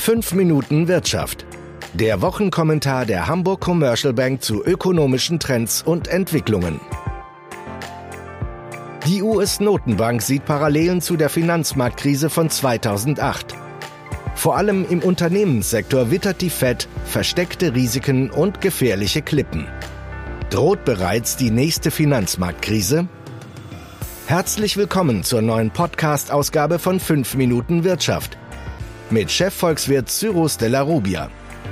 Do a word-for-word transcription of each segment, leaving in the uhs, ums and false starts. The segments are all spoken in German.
fünf Minuten Wirtschaft. Der Wochenkommentar der Hamburg Commercial Bank zu ökonomischen Trends und Entwicklungen. Die U S-Notenbank sieht Parallelen zu der Finanzmarktkrise von zweitausendacht. Vor allem im Unternehmenssektor wittert die Fed versteckte Risiken und gefährliche Klippen. Droht bereits die nächste Finanzmarktkrise? Herzlich willkommen zur neuen Podcast-Ausgabe von fünf Minuten Wirtschaft mit Chefvolkswirt Cyrus de la Rubia.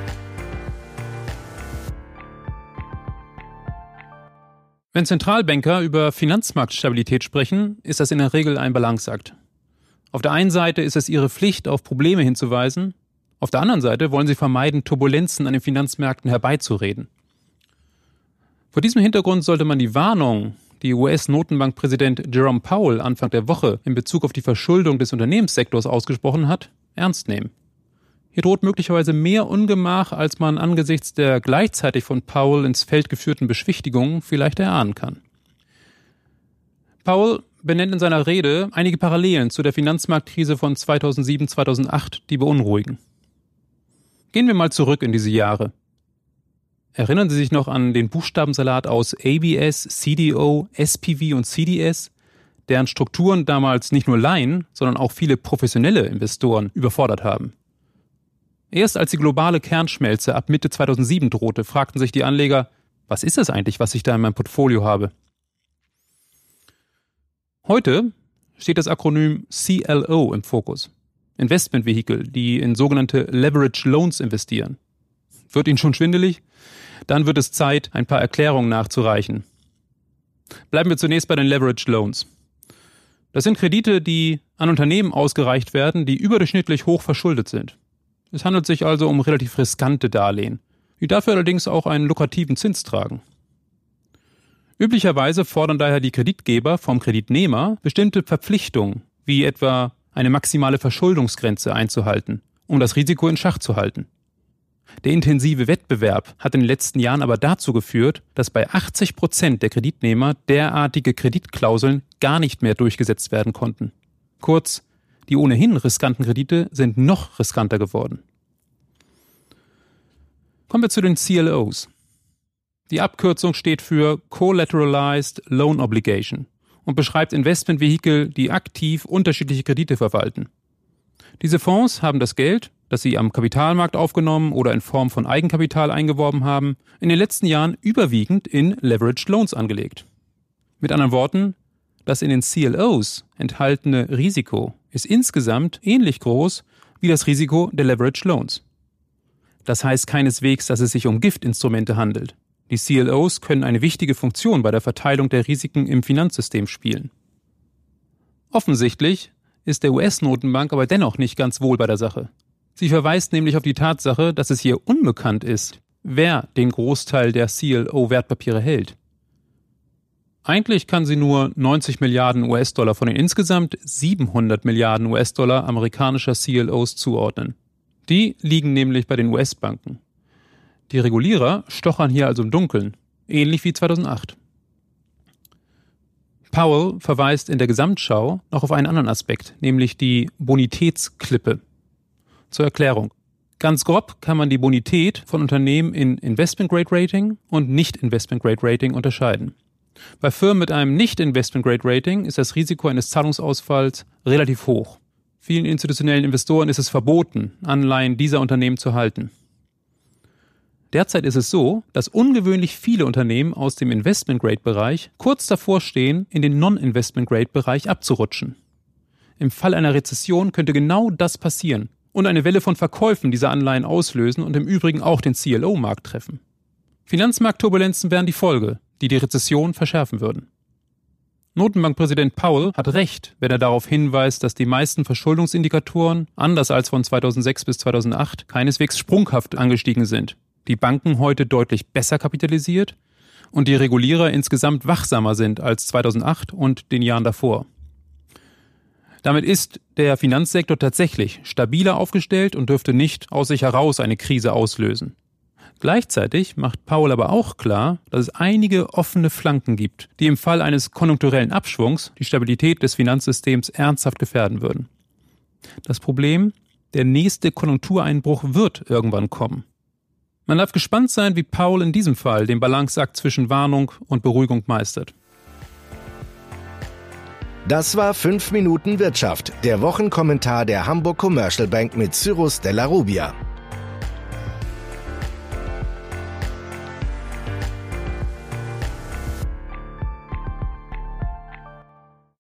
Wenn Zentralbanker über Finanzmarktstabilität sprechen, ist das in der Regel ein Balanceakt. Auf der einen Seite ist es ihre Pflicht, auf Probleme hinzuweisen, auf der anderen Seite wollen sie vermeiden, Turbulenzen an den Finanzmärkten herbeizureden. Vor diesem Hintergrund sollte man die Warnung, die U S-Notenbankpräsident Jerome Powell Anfang der Woche in Bezug auf die Verschuldung des Unternehmenssektors ausgesprochen hat, ernst nehmen. Hier droht möglicherweise mehr Ungemach, als man angesichts der gleichzeitig von Powell ins Feld geführten Beschwichtigungen vielleicht erahnen kann. Powell benennt in seiner Rede einige Parallelen zu der Finanzmarktkrise von zweitausendsieben zweitausendacht, die beunruhigen. Gehen wir mal zurück in diese Jahre. Erinnern Sie sich noch an den Buchstabensalat aus A B S, C D O, S P V und C D S, deren Strukturen damals nicht nur Laien, sondern auch viele professionelle Investoren überfordert haben? Erst als die globale Kernschmelze ab Mitte zweitausendsieben drohte, fragten sich die Anleger, was ist das eigentlich, was ich da in meinem Portfolio habe? Heute steht das Akronym C L O im Fokus. Investmentvehikel, die in sogenannte Leveraged Loans investieren. Wird Ihnen schon schwindelig? Dann wird es Zeit, ein paar Erklärungen nachzureichen. Bleiben wir zunächst bei den Leveraged Loans. Das sind Kredite, die an Unternehmen ausgereicht werden, die überdurchschnittlich hoch verschuldet sind. Es handelt sich also um relativ riskante Darlehen, die dafür allerdings auch einen lukrativen Zins tragen. Üblicherweise fordern daher die Kreditgeber vom Kreditnehmer bestimmte Verpflichtungen, wie etwa eine maximale Verschuldungsgrenze einzuhalten, um das Risiko in Schach zu halten. Der intensive Wettbewerb hat in den letzten Jahren aber dazu geführt, dass bei achtzig Prozent der Kreditnehmer derartige Kreditklauseln gar nicht mehr durchgesetzt werden konnten. Kurz, die ohnehin riskanten Kredite sind noch riskanter geworden. Kommen wir zu den C L Os. Die Abkürzung steht für Collateralized Loan Obligation und beschreibt Investmentvehikel, die aktiv unterschiedliche Kredite verwalten. Diese Fonds haben das Geld, das sie am Kapitalmarkt aufgenommen oder in Form von Eigenkapital eingeworben haben, in den letzten Jahren überwiegend in Leveraged Loans angelegt. Mit anderen Worten, das in den C L Os enthaltene Risiko ist insgesamt ähnlich groß wie das Risiko der Leveraged Loans. Das heißt keineswegs, dass es sich um Giftinstrumente handelt. Die C L Os können eine wichtige Funktion bei der Verteilung der Risiken im Finanzsystem spielen. Offensichtlich ist der U S-Notenbank aber dennoch nicht ganz wohl bei der Sache. Sie verweist nämlich auf die Tatsache, dass es hier unbekannt ist, wer den Großteil der C L O-Wertpapiere hält. Eigentlich kann sie nur neunzig Milliarden U S-Dollar von den insgesamt siebenhundert Milliarden U S-Dollar amerikanischer C L Os zuordnen. Die liegen nämlich bei den U S-Banken. Die Regulierer stochern hier also im Dunkeln, ähnlich wie zweitausendacht. Powell verweist in der Gesamtschau noch auf einen anderen Aspekt, nämlich die Bonitätsklippe. Zur Erklärung. Ganz grob kann man die Bonität von Unternehmen in Investment-Grade-Rating und Nicht-Investment-Grade-Rating unterscheiden. Bei Firmen mit einem Nicht-Investment-Grade-Rating ist das Risiko eines Zahlungsausfalls relativ hoch. Vielen institutionellen Investoren ist es verboten, Anleihen dieser Unternehmen zu halten. Derzeit ist es so, dass ungewöhnlich viele Unternehmen aus dem Investment-Grade-Bereich kurz davor stehen, in den Non-Investment-Grade-Bereich abzurutschen. Im Fall einer Rezession könnte genau das passieren und eine Welle von Verkäufen dieser Anleihen auslösen und im Übrigen auch den C L O-Markt treffen. Finanzmarktturbulenzen wären die Folge, die die Rezession verschärfen würden. Notenbankpräsident Powell hat recht, wenn er darauf hinweist, dass die meisten Verschuldungsindikatoren, anders als von zweitausendsechs bis zweitausendacht, keineswegs sprunghaft angestiegen sind. Die Banken heute deutlich besser kapitalisiert und die Regulierer insgesamt wachsamer sind als zweitausendacht und den Jahren davor. Damit ist der Finanzsektor tatsächlich stabiler aufgestellt und dürfte nicht aus sich heraus eine Krise auslösen. Gleichzeitig macht Powell aber auch klar, dass es einige offene Flanken gibt, die im Fall eines konjunkturellen Abschwungs die Stabilität des Finanzsystems ernsthaft gefährden würden. Das Problem: Der nächste Konjunktureinbruch wird irgendwann kommen. Man darf gespannt sein, wie Powell in diesem Fall den Balanceakt zwischen Warnung und Beruhigung meistert. Das war fünf Minuten Wirtschaft, der Wochenkommentar der Hamburg Commercial Bank mit Cyrus Della Rubia.